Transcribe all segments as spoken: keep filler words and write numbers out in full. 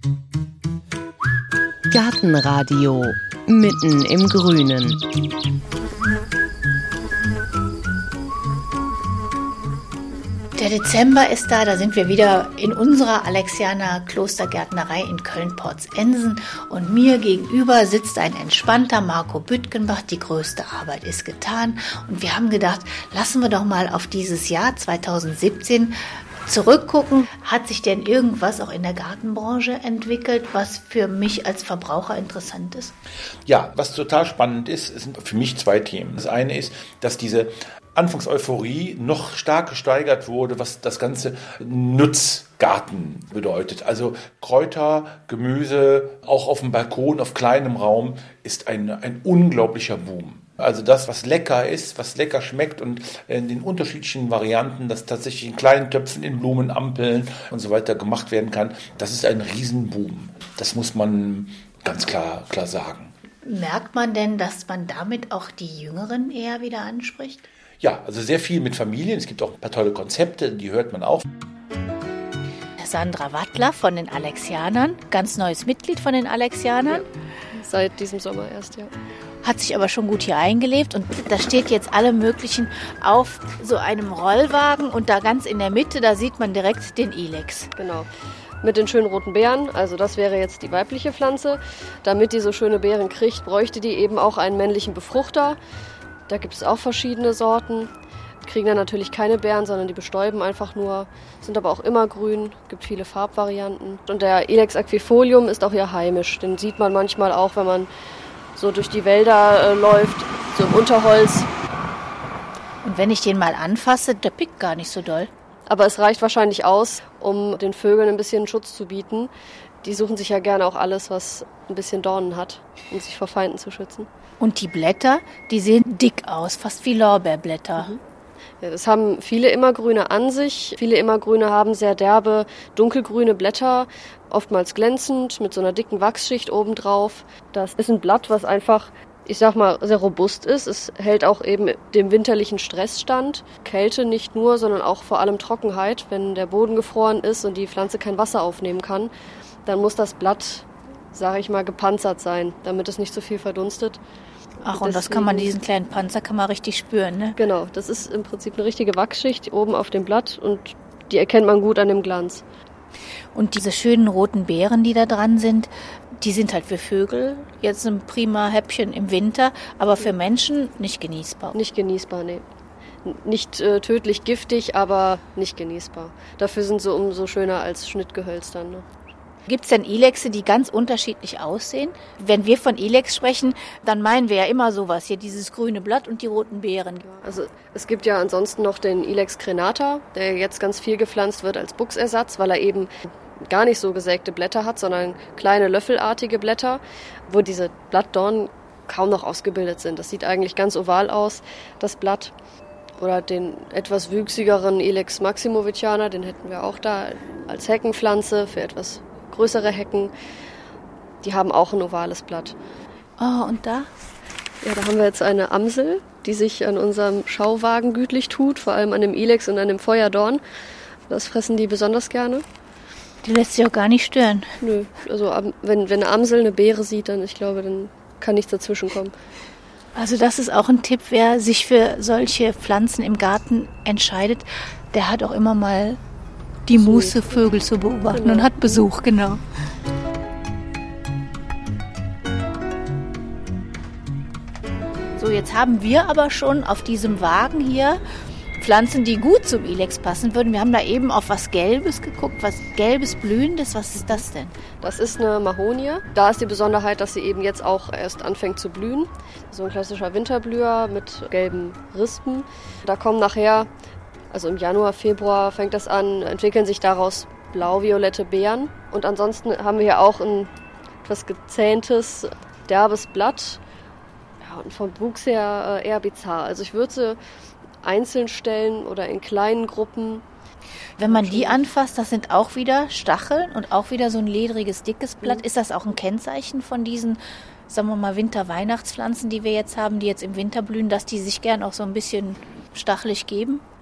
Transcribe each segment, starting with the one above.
Gartenradio mitten im Grünen. Der Dezember ist da, da sind wir wieder in unserer Alexianer Klostergärtnerei in Köln-Porzensen und mir gegenüber sitzt ein entspannter Marco Büttgenbach. Die größte Arbeit ist getan und wir haben gedacht, lassen wir doch mal auf dieses Jahr zweitausendsiebzehn zurückgucken. Hat sich denn irgendwas auch in der Gartenbranche entwickelt, was für mich als Verbraucher interessant ist? Ja, was total spannend ist, sind für mich zwei Themen. Das eine ist, dass diese Anfangseuphorie noch stark gesteigert wurde, was das ganze Nutzgarten bedeutet. Also Kräuter, Gemüse, auch auf dem Balkon, auf kleinem Raum, ist ein, ein unglaublicher Boom. Also das, was lecker ist, was lecker schmeckt und in den unterschiedlichen Varianten, das tatsächlich in kleinen Töpfen, in Blumenampeln und so weiter gemacht werden kann, das ist ein Riesenboom. Das muss man ganz klar, klar sagen. Merkt man denn, dass man damit auch die Jüngeren eher wieder anspricht? Ja, also sehr viel mit Familien. Es gibt auch ein paar tolle Konzepte, die hört man auch. Sandra Wattler von den Alexianern, ganz neues Mitglied von den Alexianern. Ja, seit diesem Sommer erst, ja. Hat sich aber schon gut hier eingelebt und da steht jetzt alle möglichen auf so einem Rollwagen und da ganz in der Mitte, da sieht man direkt den Ilex. Genau. Mit den schönen roten Beeren, also das wäre jetzt die weibliche Pflanze. Damit die so schöne Beeren kriegt, bräuchte die eben auch einen männlichen Befruchter. Da gibt es auch verschiedene Sorten. Die kriegen dann natürlich keine Beeren, sondern die bestäuben einfach nur, sind aber auch immer grün, gibt viele Farbvarianten. Und der Ilex aquifolium ist auch hier heimisch. Den sieht man manchmal auch, wenn man so durch die Wälder äh, läuft, so im Unterholz. Und wenn ich den mal anfasse, der pickt gar nicht so doll. Aber es reicht wahrscheinlich aus, um den Vögeln ein bisschen Schutz zu bieten. Die suchen sich ja gerne auch alles, was ein bisschen Dornen hat, um sich vor Feinden zu schützen. Und die Blätter, die sehen dick aus, fast wie Lorbeerblätter. Mhm. Ja, das haben viele Immergrüne an sich. Viele Immergrüne haben sehr derbe, dunkelgrüne Blätter, oftmals glänzend, mit so einer dicken Wachsschicht obendrauf. Das ist ein Blatt, was einfach, ich sag mal, sehr robust ist. Es hält auch eben dem winterlichen Stress stand. Kälte nicht nur, sondern auch vor allem Trockenheit. Wenn der Boden gefroren ist und die Pflanze kein Wasser aufnehmen kann, dann muss das Blatt, sage ich mal, gepanzert sein, damit es nicht so viel verdunstet. Ach, und, und das kann man, diesen kleinen Panzer kann man richtig spüren, ne? Genau, das ist im Prinzip eine richtige Wachsschicht oben auf dem Blatt und die erkennt man gut an dem Glanz. Und diese schönen roten Beeren, die da dran sind, die sind halt für Vögel jetzt ein prima Häppchen im Winter, aber für Menschen nicht genießbar. Nicht genießbar, nee. Nicht äh, tödlich giftig, aber nicht genießbar. Dafür sind sie umso schöner als Schnittgehölz dann, ne? Gibt es denn Ilexe, die ganz unterschiedlich aussehen? Wenn wir von Ilex sprechen, dann meinen wir ja immer sowas, hier dieses grüne Blatt und die roten Beeren. Also es gibt ja ansonsten noch den Ilex crenata, der jetzt ganz viel gepflanzt wird als Buchsersatz, weil er eben gar nicht so gesägte Blätter hat, sondern kleine löffelartige Blätter, wo diese Blattdornen kaum noch ausgebildet sind. Das sieht eigentlich ganz oval aus, das Blatt. Oder den etwas wüchsigeren Ilex maximoviciana, den hätten wir auch da als Heckenpflanze für etwas größere Hecken, die haben auch ein ovales Blatt. Oh, und da? Ja, da haben wir jetzt eine Amsel, die sich an unserem Schauwagen gütlich tut, vor allem an dem Ilex und an dem Feuerdorn. Das fressen die besonders gerne. Die lässt sich auch gar nicht stören. Nö, also wenn, wenn eine Amsel eine Beere sieht, dann, ich glaube, dann kann nichts dazwischen kommen. Also das ist auch ein Tipp, wer sich für solche Pflanzen im Garten entscheidet, der hat auch immer mal die Muße, Vögel zu beobachten, genau, und hat Besuch, genau. So, jetzt haben wir aber schon auf diesem Wagen hier Pflanzen, die gut zum Ilex passen würden. Wir haben da eben auf was Gelbes geguckt, was Gelbes, Blühendes. Was ist das denn? Das ist eine Mahonie. Da ist die Besonderheit, dass sie eben jetzt auch erst anfängt zu blühen. So ein klassischer Winterblüher mit gelben Rispen. Da kommen nachher, also im Januar, Februar fängt das an, entwickeln sich daraus blau-violette Beeren. Und ansonsten haben wir hier auch ein etwas gezähntes, derbes Blatt. Ja, und vom Wuchs her eher bizarr. Also ich würde sie einzeln stellen oder in kleinen Gruppen. Wenn man die anfasst, das sind auch wieder Stacheln und auch wieder so ein ledriges, dickes Blatt. Mhm. Ist das auch ein Kennzeichen von diesen, sagen wir mal, Winter-Weihnachtspflanzen, die wir jetzt haben, die jetzt im Winter blühen, dass die sich gern auch so ein bisschen stachelig geben?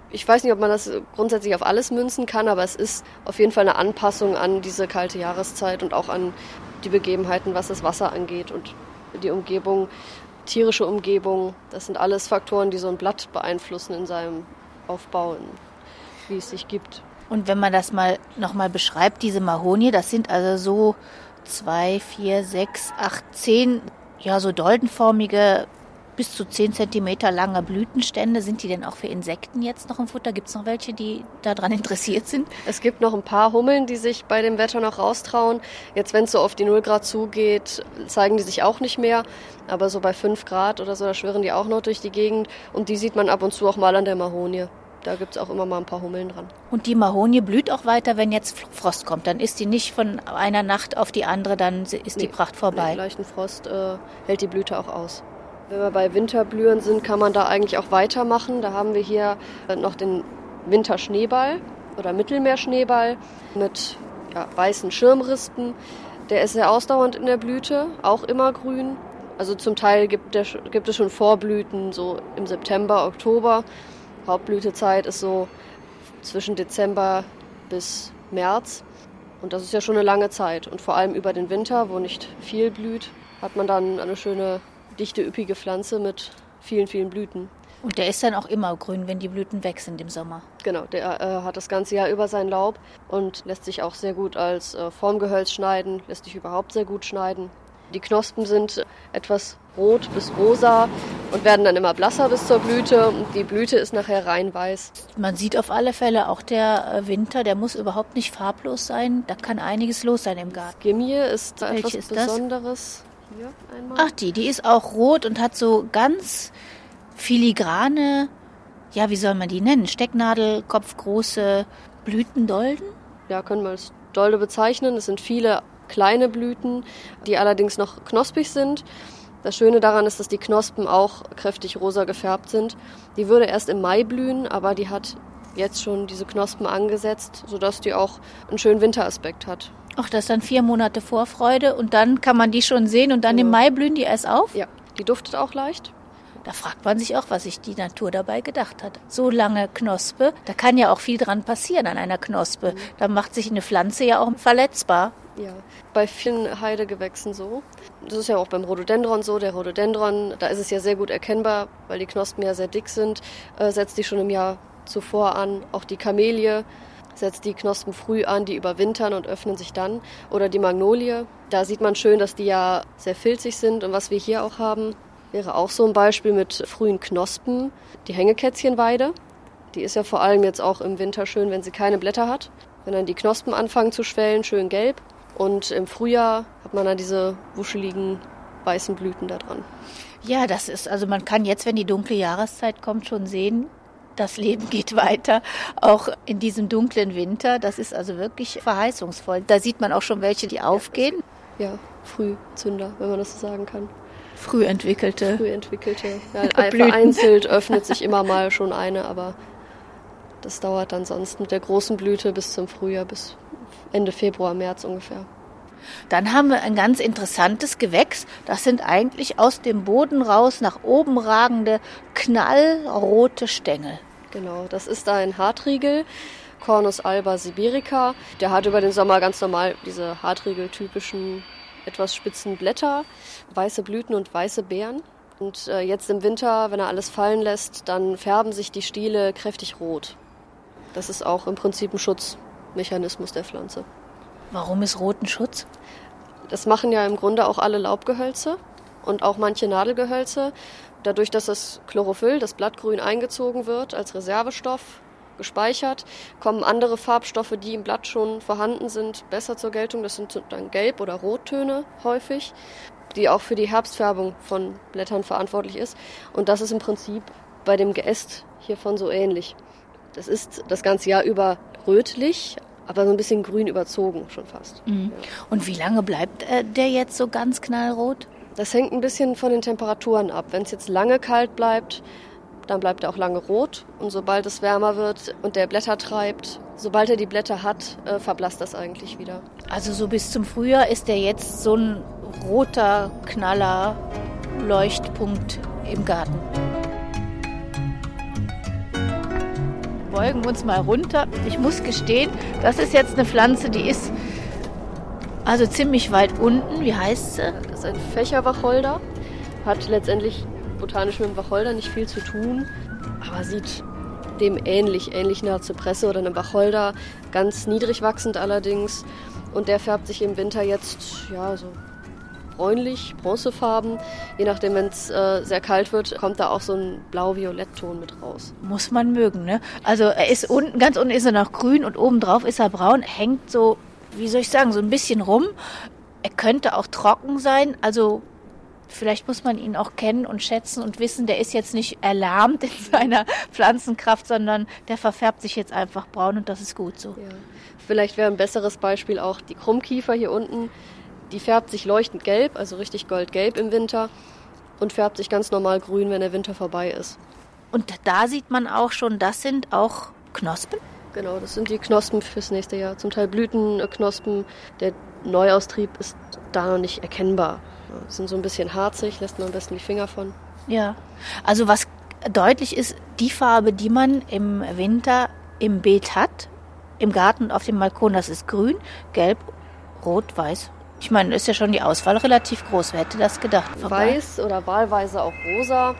Ich weiß nicht, ob man das grundsätzlich auf alles münzen kann, aber es ist auf jeden Fall eine Anpassung an diese kalte Jahreszeit und auch an die Begebenheiten, was das Wasser angeht und die Umgebung, tierische Umgebung. Das sind alles Faktoren, die so ein Blatt beeinflussen in seinem Aufbau, wie es sich gibt. Und wenn man das mal nochmal beschreibt, diese Mahonie, das sind also so zwei, vier, sechs, acht, zehn, ja so doldenformige, bis zu zehn Zentimeter lange Blütenstände. Sind die denn auch für Insekten jetzt noch im Futter? Gibt es noch welche, die daran interessiert sind? Es gibt noch ein paar Hummeln, die sich bei dem Wetter noch raustrauen. Jetzt, wenn es so auf die null Grad zugeht, zeigen die sich auch nicht mehr. Aber so bei fünf Grad oder so, da schwirren die auch noch durch die Gegend. Und die sieht man ab und zu auch mal an der Mahonie. Da gibt es auch immer mal ein paar Hummeln dran. Und die Mahonie blüht auch weiter, wenn jetzt Frost kommt. Dann ist die nicht von einer Nacht auf die andere, dann ist nee, die Pracht vorbei. Mit leichten Frost äh, hält die Blüte auch aus. Wenn wir bei Winterblühern sind, kann man da eigentlich auch weitermachen. Da haben wir hier noch den Winterschneeball oder Mittelmeerschneeball mit ja, weißen Schirmrispen. Der ist sehr ausdauernd in der Blüte, auch immer grün. Also zum Teil gibt, der, gibt es schon Vorblüten, so im September, Oktober. Hauptblütezeit ist so zwischen Dezember bis März. Und das ist ja schon eine lange Zeit. Und vor allem über den Winter, wo nicht viel blüht, hat man dann eine schöne, dichte, üppige Pflanze mit vielen, vielen Blüten. Und der ist dann auch immer grün, wenn die Blüten weg sind im Sommer? Genau, der äh, hat das ganze Jahr über sein Laub und lässt sich auch sehr gut als äh, Formgehölz schneiden, lässt sich überhaupt sehr gut schneiden. Die Knospen sind etwas rot bis rosa und werden dann immer blasser bis zur Blüte. Und die Blüte ist nachher rein weiß. Man sieht auf alle Fälle auch der Winter, der muss überhaupt nicht farblos sein. Da kann einiges los sein im Garten. Skimmie ist Welche etwas ist das? Besonderes. Hier einmal. Ach, die, die ist auch rot und hat so ganz filigrane, ja, wie soll man die nennen? Stecknadelkopfgroße Blütendolden? Ja, können wir als Dolde bezeichnen. Es sind viele kleine Blüten, die allerdings noch knospig sind. Das Schöne daran ist, dass die Knospen auch kräftig rosa gefärbt sind. Die würde erst im Mai blühen, aber die hat jetzt schon diese Knospen angesetzt, sodass die auch einen schönen Winteraspekt hat. Ach, das ist dann vier Monate Vorfreude und dann kann man die schon sehen und dann Ja. im Mai blühen die erst auf? Ja, die duftet auch leicht. Da fragt man sich auch, was sich die Natur dabei gedacht hat. So lange Knospe, da kann ja auch viel dran passieren an einer Knospe. Da macht sich eine Pflanze ja auch verletzbar. Ja, bei vielen Heidegewächsen so. Das ist ja auch beim Rhododendron so. Der Rhododendron, da ist es ja sehr gut erkennbar, weil die Knospen ja sehr dick sind, äh, setzt die schon im Jahr zuvor an. Auch die Kamelie setzt die Knospen früh an, die überwintern und öffnen sich dann. Oder die Magnolie, da sieht man schön, dass die ja sehr filzig sind. Und was wir hier auch haben, wäre auch so ein Beispiel mit frühen Knospen. Die Hängekätzchenweide, die ist ja vor allem jetzt auch im Winter schön, wenn sie keine Blätter hat. Wenn dann die Knospen anfangen zu schwellen, schön gelb. Und im Frühjahr hat man dann diese wuscheligen weißen Blüten da dran. Ja, das ist, also man kann jetzt, wenn die dunkle Jahreszeit kommt, schon sehen, das Leben geht weiter, auch in diesem dunklen Winter. Das ist also wirklich verheißungsvoll. Da sieht man auch schon welche, die aufgehen. Ja, Frühzünder, wenn man das so sagen kann. Früh entwickelte. Früh entwickelte. Ja, vereinzelt öffnet sich immer mal schon eine, aber das dauert dann sonst mit der großen Blüte bis zum Frühjahr, bis Ende Februar, März ungefähr. Dann haben wir ein ganz interessantes Gewächs. Das sind eigentlich aus dem Boden raus nach oben ragende, knallrote Stängel. Genau, das ist ein Hartriegel, Cornus alba sibirica. Der hat über den Sommer ganz normal diese Hartriegel-typischen, etwas spitzen Blätter, weiße Blüten und weiße Beeren. Und äh, jetzt im Winter, wenn er alles fallen lässt, dann färben sich die Stiele kräftig rot. Das ist auch im Prinzip ein Schutzmechanismus der Pflanze. Warum ist Rot ein Schutz? Das machen ja im Grunde auch alle Laubgehölze und auch manche Nadelgehölze. Dadurch, dass das Chlorophyll, das Blattgrün, eingezogen wird, als Reservestoff gespeichert, kommen andere Farbstoffe, die im Blatt schon vorhanden sind, besser zur Geltung. Das sind dann Gelb- oder Rottöne häufig, die auch für die Herbstfärbung von Blättern verantwortlich ist. Und das ist im Prinzip bei dem Geäst hiervon so ähnlich. Das ist das ganze Jahr über rötlich, aber so ein bisschen grün überzogen schon fast. Mhm. Ja. Und wie lange bleibt äh, der jetzt so ganz knallrot? Das hängt ein bisschen von den Temperaturen ab. Wenn es jetzt lange kalt bleibt, dann bleibt er auch lange rot. Und sobald es wärmer wird und der Blätter treibt, sobald er die Blätter hat, äh, verblasst das eigentlich wieder. Also so bis zum Frühjahr ist der jetzt so ein roter Knaller Leuchtpunkt im Garten. beugen uns mal runter. Ich muss gestehen, das ist jetzt eine Pflanze, die ist also ziemlich weit unten. Wie heißt sie? Das ist ein Fächerwacholder. Hat letztendlich botanisch mit dem Wacholder nicht viel zu tun, aber sieht dem ähnlich, ähnlich einer Zypresse oder einem Wacholder. Ganz niedrig wachsend allerdings. Und der färbt sich im Winter jetzt, ja, so bräunlich, bronzefarben. Je nachdem, wenn es äh, sehr kalt wird, kommt da auch so ein blau-violett-Ton mit raus. Muss man mögen, ne? Also er ist unten, ganz unten ist er noch grün und obendrauf ist er braun. Hängt so, wie soll ich sagen, so ein bisschen rum. Er könnte auch trocken sein, also vielleicht muss man ihn auch kennen und schätzen und wissen, der ist jetzt nicht erlahmt in seiner Pflanzenkraft, sondern der verfärbt sich jetzt einfach braun und das ist gut so. Ja. Vielleicht wäre ein besseres Beispiel auch die Krummkiefer hier unten. Die färbt sich leuchtend gelb, also richtig goldgelb im Winter und färbt sich ganz normal grün, wenn der Winter vorbei ist. Und da sieht man auch schon, das sind auch Knospen? Genau, das sind die Knospen fürs nächste Jahr. Zum Teil Blütenknospen. Der Neuaustrieb ist da noch nicht erkennbar. Die sind so ein bisschen harzig, lässt man am besten die Finger von. Ja, also was deutlich ist, die Farbe, die man im Winter im Beet hat, im Garten und auf dem Balkon, das ist grün, gelb, rot, weiß. Ich meine, ist ja schon die Auswahl relativ groß. Wer hätte das gedacht? Vorbei. Weiß oder wahlweise auch rosa.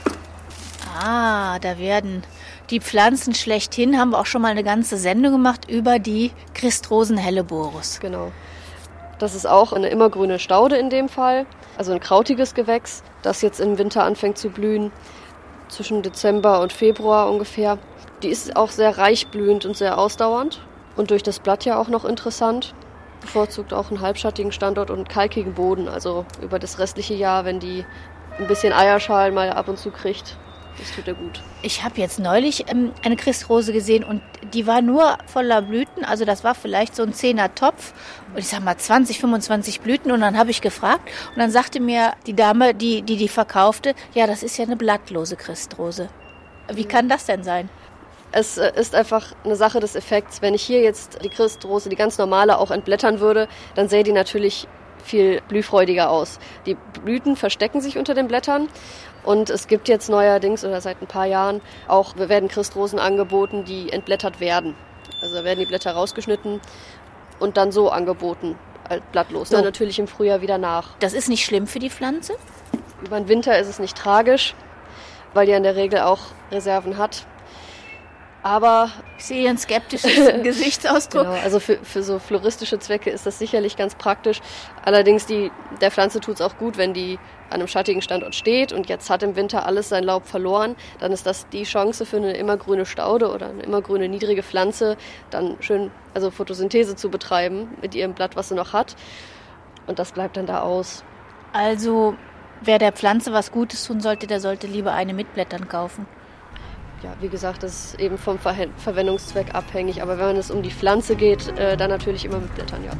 Ah, da werden die Pflanzen schlechthin. Haben wir auch schon mal eine ganze Sendung gemacht über die Christrosen Helleborus. Genau. Das ist auch eine immergrüne Staude in dem Fall. Also ein krautiges Gewächs, das jetzt im Winter anfängt zu blühen. Zwischen Dezember und Februar ungefähr. Die ist auch sehr reich blühend und sehr ausdauernd. Und durch das Blatt ja auch noch interessant. Bevorzugt auch einen halbschattigen Standort und einen kalkigen Boden. Also über das restliche Jahr, wenn die ein bisschen Eierschalen mal ab und zu kriegt. Das tut ihr gut. Ich habe jetzt neulich ähm, eine Christrose gesehen und die war nur voller Blüten. Also das war vielleicht so ein Zehner-Topf. Und ich sag mal zwanzig, fünfundzwanzig Blüten. Und dann habe ich gefragt. Und dann sagte mir die Dame, die die, die verkaufte, ja, das ist ja eine blattlose Christrose. Wie kann das denn sein? Es ist einfach eine Sache des Effekts. Wenn ich hier jetzt die Christrose, die ganz normale, auch entblättern würde, dann sähe die natürlich viel blühfreudiger aus. Die Blüten verstecken sich unter den Blättern und es gibt jetzt neuerdings oder seit ein paar Jahren auch werden Christrosen angeboten, die entblättert werden. Also da werden die Blätter rausgeschnitten und dann so angeboten, blattlos. So. Dann natürlich im Frühjahr wieder nach. Das ist nicht schlimm für die Pflanze? Über den Winter ist es nicht tragisch, weil die in der Regel auch Reserven hat. Aber ich sehe Ihren skeptischen Gesichtsausdruck. Genau, also für, für so floristische Zwecke ist das sicherlich ganz praktisch. Allerdings die, der Pflanze tut es auch gut, wenn die an einem schattigen Standort steht und jetzt hat im Winter alles sein Laub verloren. Dann ist das die Chance für eine immergrüne Staude oder eine immergrüne niedrige Pflanze, dann schön also Photosynthese zu betreiben mit ihrem Blatt, was sie noch hat. Und das bleibt dann da aus. Also wer der Pflanze was Gutes tun sollte, der sollte lieber eine mit Blättern kaufen. Ja, wie gesagt, das ist eben vom Ver- Verwendungszweck abhängig. Aber wenn es um die Pflanze geht, äh, dann natürlich immer mit Blättern, ja.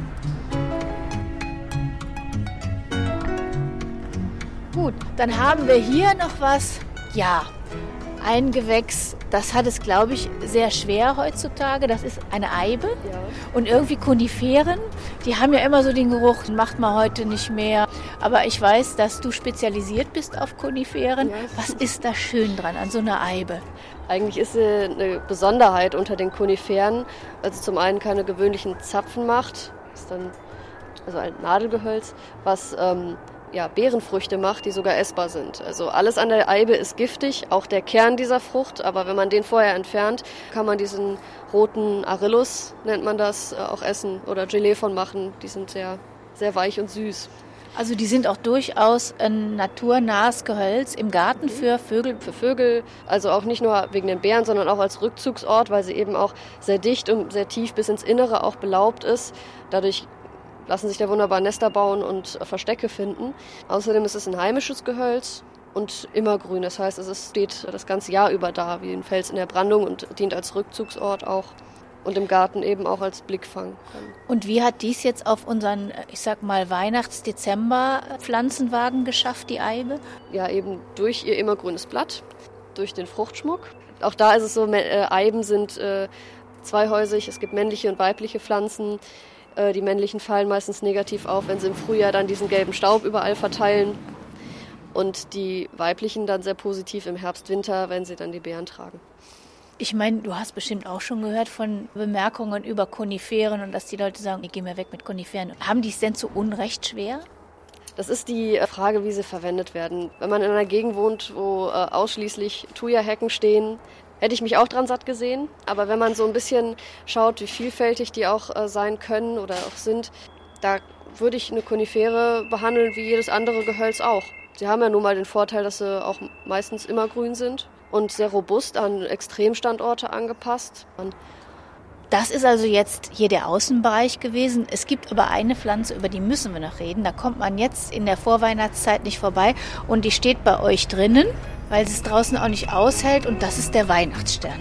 Gut, dann haben wir hier noch was. Ja, ein Gewächs, das hat es, glaube ich, sehr schwer heutzutage. Das ist eine Eibe. Ja. Und irgendwie Koniferen, die haben ja immer so den Geruch, macht man heute nicht mehr. Aber ich weiß, dass du spezialisiert bist auf Koniferen. Ja. Was ist da schön dran an so einer Eibe? Eigentlich ist sie eine Besonderheit unter den Koniferen, weil sie zum einen keine gewöhnlichen Zapfen macht, ist dann also ein Nadelgehölz, was ähm, ja, Beerenfrüchte macht, die sogar essbar sind. Also alles an der Eibe ist giftig, auch der Kern dieser Frucht, aber wenn man den vorher entfernt, kann man diesen roten Arillus, nennt man das, auch essen oder Gelee von machen. Die sind sehr, sehr weich und süß. Also die sind auch durchaus ein naturnahes Gehölz im Garten für Vögel. Für Vögel, also auch nicht nur wegen den Beeren, sondern auch als Rückzugsort, weil sie eben auch sehr dicht und sehr tief bis ins Innere auch belaubt ist. Dadurch lassen sich da wunderbar Nester bauen und Verstecke finden. Außerdem ist es ein heimisches Gehölz und immergrün. Das heißt, es steht das ganze Jahr über da, wie ein Fels in der Brandung und dient als Rückzugsort auch. Und im Garten eben auch als Blickfang. Und wie hat dies jetzt auf unseren, ich sag mal, Weihnachts-Dezember-Pflanzenwagen geschafft, die Eibe? Ja, eben durch ihr immergrünes Blatt, durch den Fruchtschmuck. Auch da ist es so, äh, Eiben sind äh, zweihäusig, es gibt männliche und weibliche Pflanzen. Äh, die männlichen fallen meistens negativ auf, wenn sie im Frühjahr dann diesen gelben Staub überall verteilen. Und die weiblichen dann sehr positiv im Herbst, Winter, wenn sie dann die Beeren tragen. Ich meine, du hast bestimmt auch schon gehört von Bemerkungen über Koniferen und dass die Leute sagen, ich gehe mir weg mit Koniferen. Haben die es denn zu Unrecht schwer? Das ist die Frage, wie sie verwendet werden. Wenn man in einer Gegend wohnt, wo äh, ausschließlich Thuja-Hecken stehen, hätte ich mich auch dran satt gesehen. Aber wenn man so ein bisschen schaut, wie vielfältig die auch äh, sein können oder auch sind, da würde ich eine Konifere behandeln wie jedes andere Gehölz auch. Sie haben ja nun mal den Vorteil, dass sie auch meistens immergrün sind und sehr robust an Extremstandorte angepasst. Das ist also jetzt hier der Außenbereich gewesen. Es gibt aber eine Pflanze, über die müssen wir noch reden. Da kommt man jetzt in der Vorweihnachtszeit nicht vorbei. Und die steht bei euch drinnen, weil sie es draußen auch nicht aushält. Und das ist der Weihnachtsstern.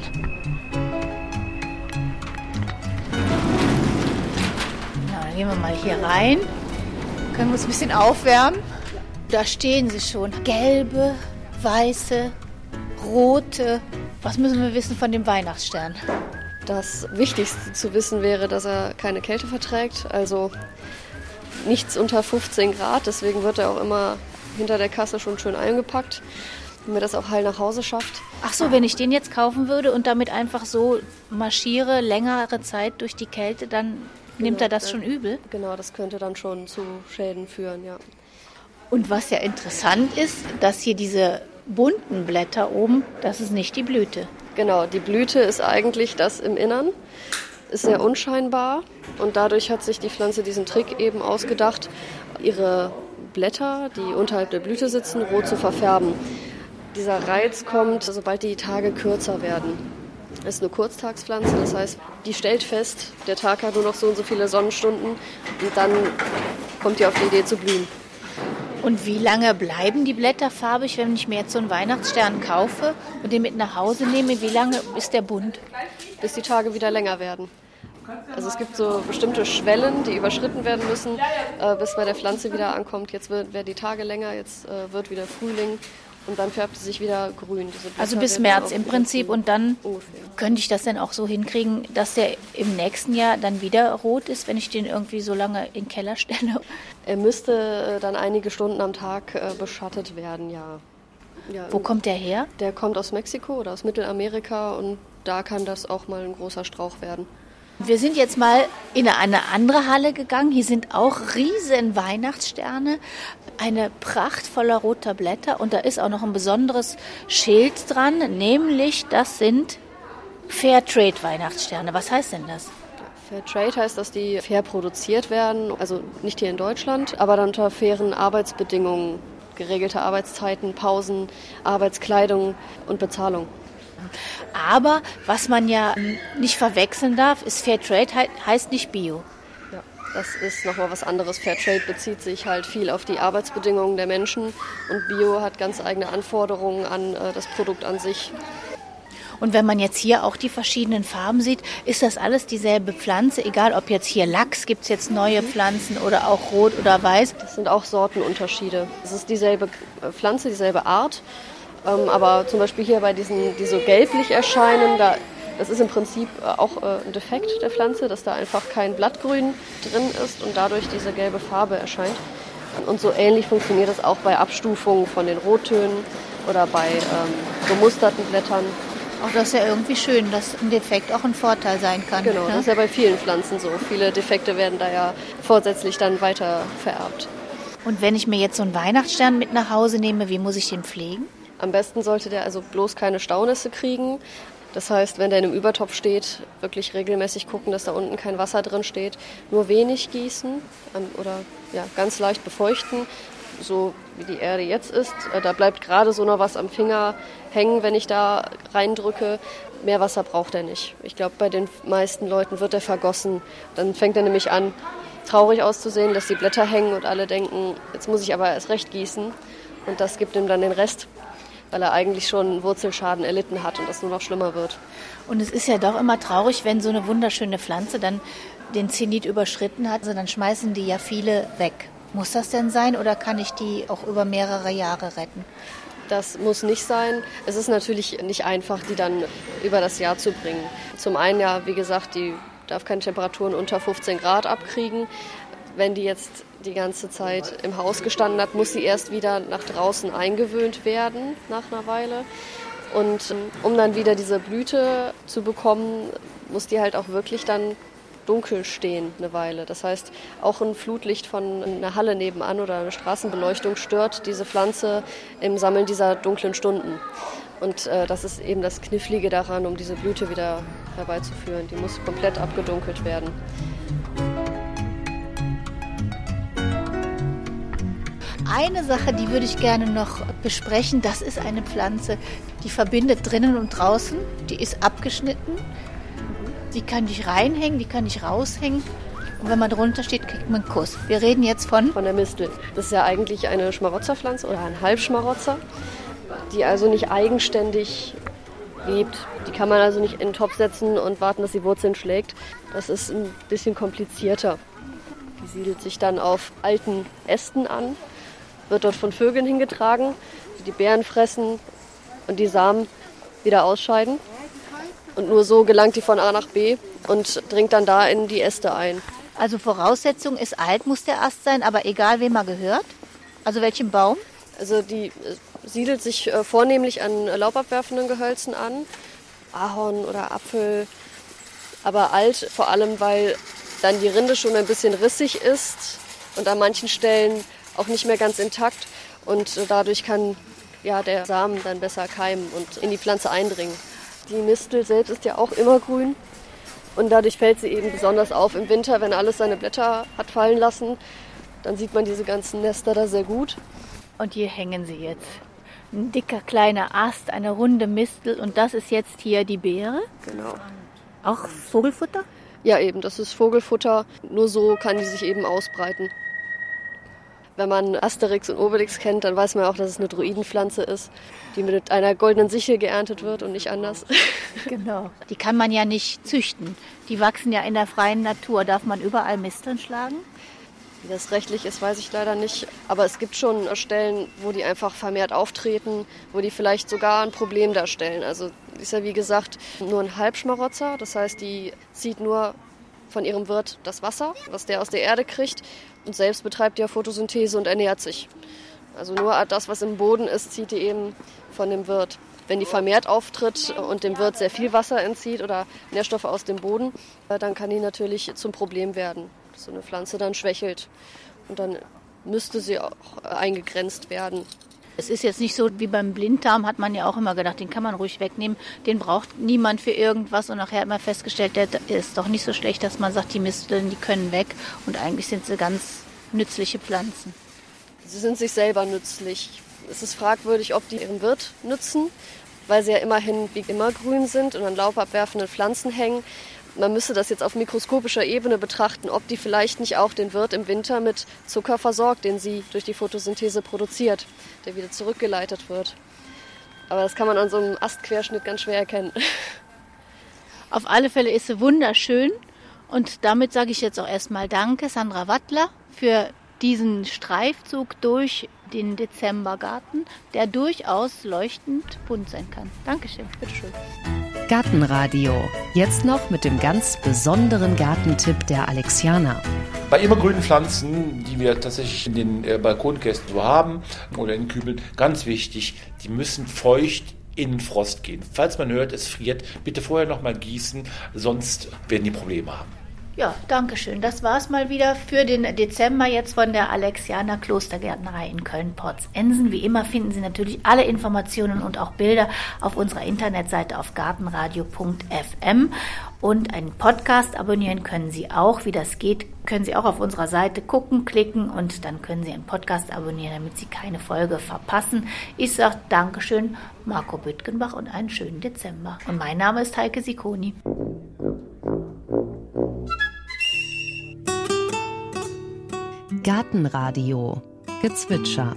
Na, dann gehen wir mal hier rein. Können wir uns ein bisschen aufwärmen. Da stehen sie schon. Gelbe, weiße, rote. Was müssen wir wissen von dem Weihnachtsstern? Das Wichtigste zu wissen wäre, dass er keine Kälte verträgt, also nichts unter fünfzehn Grad. Deswegen wird er auch immer hinter der Kasse schon schön eingepackt, damit er das auch heil nach Hause schafft. Ach so, wenn ich den jetzt kaufen würde und damit einfach so marschiere, längere Zeit durch die Kälte, dann nimmt genau, er das schon übel? Genau, das könnte dann schon zu Schäden führen, ja. Und was ja interessant ist, dass hier diese bunten Blätter oben, das ist nicht die Blüte. Genau, die Blüte ist eigentlich das im Innern, ist sehr unscheinbar und dadurch hat sich die Pflanze diesen Trick eben ausgedacht, ihre Blätter, die unterhalb der Blüte sitzen, rot zu verfärben. Dieser Reiz kommt, sobald die Tage kürzer werden. Es ist eine Kurztagspflanze, das heißt, die stellt fest, der Tag hat nur noch so und so viele Sonnenstunden und dann kommt die auf die Idee zu blühen. Und wie lange bleiben die Blätter farbig, wenn ich mir jetzt so einen Weihnachtsstern kaufe und den mit nach Hause nehme? Wie lange ist der bunt? Bis die Tage wieder länger werden. Also es gibt so bestimmte Schwellen, die überschritten werden müssen, äh, bis bei der Pflanze wieder ankommt. Jetzt wird, werden die Tage länger, jetzt äh, wird wieder Frühling und dann färbt sie sich wieder grün. Also bis März im Prinzip und dann ungefähr. Könnte ich das denn auch so hinkriegen, dass der im nächsten Jahr dann wieder rot ist, wenn ich den irgendwie so lange in den Keller stelle? Er müsste dann einige Stunden am Tag äh, beschattet werden, ja. ja. Wo kommt der her? Der kommt aus Mexiko oder aus Mittelamerika und da kann das auch mal ein großer Strauch werden. Wir sind jetzt mal in eine andere Halle gegangen. Hier sind auch riesen Weihnachtssterne, eine Pracht voller roter Blätter und da ist auch noch ein besonderes Schild dran, nämlich das sind Fairtrade-Weihnachtssterne. Was heißt denn das? Fairtrade heißt, dass die fair produziert werden, also nicht hier in Deutschland, aber dann unter fairen Arbeitsbedingungen, geregelte Arbeitszeiten, Pausen, Arbeitskleidung und Bezahlung. Aber was man ja nicht verwechseln darf, ist Fairtrade heißt nicht Bio. Ja, das ist nochmal was anderes. Fairtrade bezieht sich halt viel auf die Arbeitsbedingungen der Menschen und Bio hat ganz eigene Anforderungen an äh, das Produkt an sich. Und wenn man jetzt hier auch die verschiedenen Farben sieht, ist das alles dieselbe Pflanze, egal ob jetzt hier Lachs, gibt es jetzt neue Pflanzen oder auch rot oder weiß? Das sind auch Sortenunterschiede. Es ist dieselbe Pflanze, dieselbe Art, ähm, aber zum Beispiel hier bei diesen, die so gelblich erscheinen, da, das ist im Prinzip auch äh, ein Defekt der Pflanze, dass da einfach kein Blattgrün drin ist und dadurch diese gelbe Farbe erscheint. Und so ähnlich funktioniert das auch bei Abstufungen von den Rottönen oder bei ähm, gemusterten Blättern. Auch das ist ja irgendwie schön, dass ein Defekt auch ein Vorteil sein kann. Genau, ne? Das ist ja bei vielen Pflanzen so. Viele Defekte werden da ja vorsätzlich dann weiter vererbt. Und wenn ich mir jetzt so einen Weihnachtsstern mit nach Hause nehme, wie muss ich den pflegen? Am besten sollte der also bloß keine Staunässe kriegen. Das heißt, wenn der in einem Übertopf steht, wirklich regelmäßig gucken, dass da unten kein Wasser drin steht. Nur wenig gießen oder ja, ganz leicht befeuchten. So wie die Erde jetzt ist, da bleibt gerade so noch was am Finger hängen, wenn ich da reindrücke. Mehr Wasser braucht er nicht. Ich glaube, bei den meisten Leuten wird er vergossen. Dann fängt er nämlich an, traurig auszusehen, lässt die Blätter hängen und alle denken, jetzt muss ich aber erst recht gießen. Und das gibt ihm dann den Rest, weil er eigentlich schon Wurzelschaden erlitten hat und das nur noch schlimmer wird. Und es ist ja doch immer traurig, wenn so eine wunderschöne Pflanze dann den Zenit überschritten hat. Also dann schmeißen die ja viele weg. Muss das denn sein oder kann ich die auch über mehrere Jahre retten? Das muss nicht sein. Es ist natürlich nicht einfach, die dann über das Jahr zu bringen. Zum einen ja, wie gesagt, die darf keine Temperaturen unter fünfzehn Grad abkriegen. Wenn die jetzt die ganze Zeit im Haus gestanden hat, muss sie erst wieder nach draußen eingewöhnt werden nach einer Weile. Und um dann wieder diese Blüte zu bekommen, muss die halt auch wirklich dann dunkel stehen eine Weile. Das heißt, auch ein Flutlicht von einer Halle nebenan oder eine Straßenbeleuchtung stört diese Pflanze im Sammeln dieser dunklen Stunden. Und äh, das ist eben das Knifflige daran, um diese Blüte wieder herbeizuführen. Die muss komplett abgedunkelt werden. Eine Sache, die würde ich gerne noch besprechen, das ist eine Pflanze, die verbindet drinnen und draußen. Die ist abgeschnitten. Die kann nicht reinhängen, die kann nicht raushängen. Und wenn man drunter steht, kriegt man einen Kuss. Wir reden jetzt von... Von der Mistel. Das ist ja eigentlich eine Schmarotzerpflanze oder ein Halbschmarotzer, die also nicht eigenständig lebt. Die kann man also nicht in den Topf setzen und warten, dass die Wurzeln schlägt. Das ist ein bisschen komplizierter. Die siedelt sich dann auf alten Ästen an, wird dort von Vögeln hingetragen, die die Beeren fressen und die Samen wieder ausscheiden. Und nur so gelangt die von A nach B und dringt dann da in die Äste ein. Also Voraussetzung ist alt, muss der Ast sein, aber egal wem er gehört. Also welchem Baum? Also die siedelt sich vornehmlich an laubabwerfenden Gehölzen an, Ahorn oder Apfel, aber alt vor allem, weil dann die Rinde schon ein bisschen rissig ist und an manchen Stellen auch nicht mehr ganz intakt und dadurch kann ja, der Samen dann besser keimen und in die Pflanze eindringen. Die Mistel selbst ist ja auch immergrün und dadurch fällt sie eben besonders auf im Winter, wenn alles seine Blätter hat fallen lassen. Dann sieht man diese ganzen Nester da sehr gut. Und hier hängen sie jetzt. Ein dicker kleiner Ast, eine runde Mistel und das ist jetzt hier die Beere. Genau. Auch Vogelfutter? Ja, eben, das ist Vogelfutter. Nur so kann die sich eben ausbreiten. Wenn man Asterix und Obelix kennt, dann weiß man auch, dass es eine Druidenpflanze ist, die mit einer goldenen Sichel geerntet wird und nicht anders. Genau. Die kann man ja nicht züchten. Die wachsen ja in der freien Natur. Darf man überall Misteln schlagen? Wie das rechtlich ist, weiß ich leider nicht. Aber es gibt schon Stellen, wo die einfach vermehrt auftreten, wo die vielleicht sogar ein Problem darstellen. Also ist ja wie gesagt nur ein Halbschmarotzer. Das heißt, die zieht nur von ihrem Wirt das Wasser, was der aus der Erde kriegt. Und selbst betreibt ja Photosynthese und ernährt sich. Also nur das, was im Boden ist, zieht die eben von dem Wirt. Wenn die vermehrt auftritt und dem Wirt sehr viel Wasser entzieht oder Nährstoffe aus dem Boden, dann kann die natürlich zum Problem werden. Dass so eine Pflanze dann schwächelt. Und dann müsste sie auch eingegrenzt werden. Es ist jetzt nicht so wie beim Blinddarm, hat man ja auch immer gedacht, den kann man ruhig wegnehmen. Den braucht niemand für irgendwas. Und nachher hat man festgestellt, der ist doch nicht so schlecht, dass man sagt, die Misteln, die können weg. Und eigentlich sind sie ganz nützliche Pflanzen. Sie sind sich selber nützlich. Es ist fragwürdig, ob die ihren Wirt nützen, weil sie ja immerhin wie immer grün sind und an laubabwerfenden Pflanzen hängen. Man müsste das jetzt auf mikroskopischer Ebene betrachten, ob die vielleicht nicht auch den Wirt im Winter mit Zucker versorgt, den sie durch die Photosynthese produziert, der wieder zurückgeleitet wird. Aber das kann man an so einem Astquerschnitt ganz schwer erkennen. Auf alle Fälle ist sie wunderschön und damit sage ich jetzt auch erstmal Danke, Sandra Wattler, für diesen Streifzug durch den Dezembergarten, der durchaus leuchtend bunt sein kann. Dankeschön. Bitteschön. Gartenradio. Jetzt noch mit dem ganz besonderen Gartentipp der Alexianer. Bei immergrünen Pflanzen, die wir tatsächlich in den äh, Balkonkästen so haben oder in Kübeln, ganz wichtig, die müssen feucht in den Frost gehen. Falls man hört, es friert, bitte vorher noch mal gießen, sonst werden die Probleme haben. Ja, danke schön. Das war's mal wieder für den Dezember jetzt von der Alexianer Klostergärtnerei in Köln-Porz-Ensen. Wie immer finden Sie natürlich alle Informationen und auch Bilder auf unserer Internetseite auf gartenradio punkt f m. Und einen Podcast abonnieren können Sie auch. Wie das geht, können Sie auch auf unserer Seite gucken, klicken und dann können Sie einen Podcast abonnieren, damit Sie keine Folge verpassen. Ich sage Dankeschön, Marco Büttgenbach und einen schönen Dezember. Und mein Name ist Heike Sikoni. Gartenradio. Gezwitscher.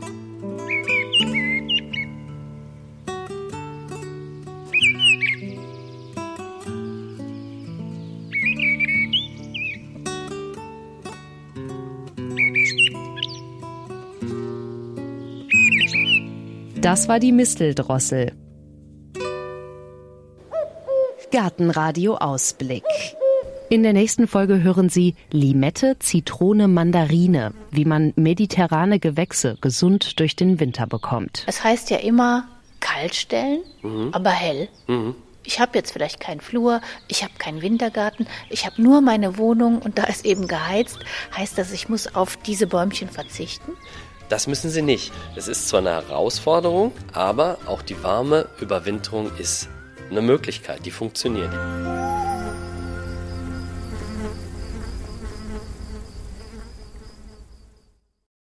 Das war die Misteldrossel. Gartenradio Ausblick. In der nächsten Folge hören Sie Limette, Zitrone, Mandarine, wie man mediterrane Gewächse gesund durch den Winter bekommt. Es heißt ja immer, kalt stellen, Mhm. aber hell. Mhm. Ich habe jetzt vielleicht keinen Flur, ich habe keinen Wintergarten, ich habe nur meine Wohnung und da ist eben geheizt. Heißt das, ich muss auf diese Bäumchen verzichten? Das müssen Sie nicht. Es ist zwar eine Herausforderung, aber auch die warme Überwinterung ist eine Möglichkeit, die funktioniert.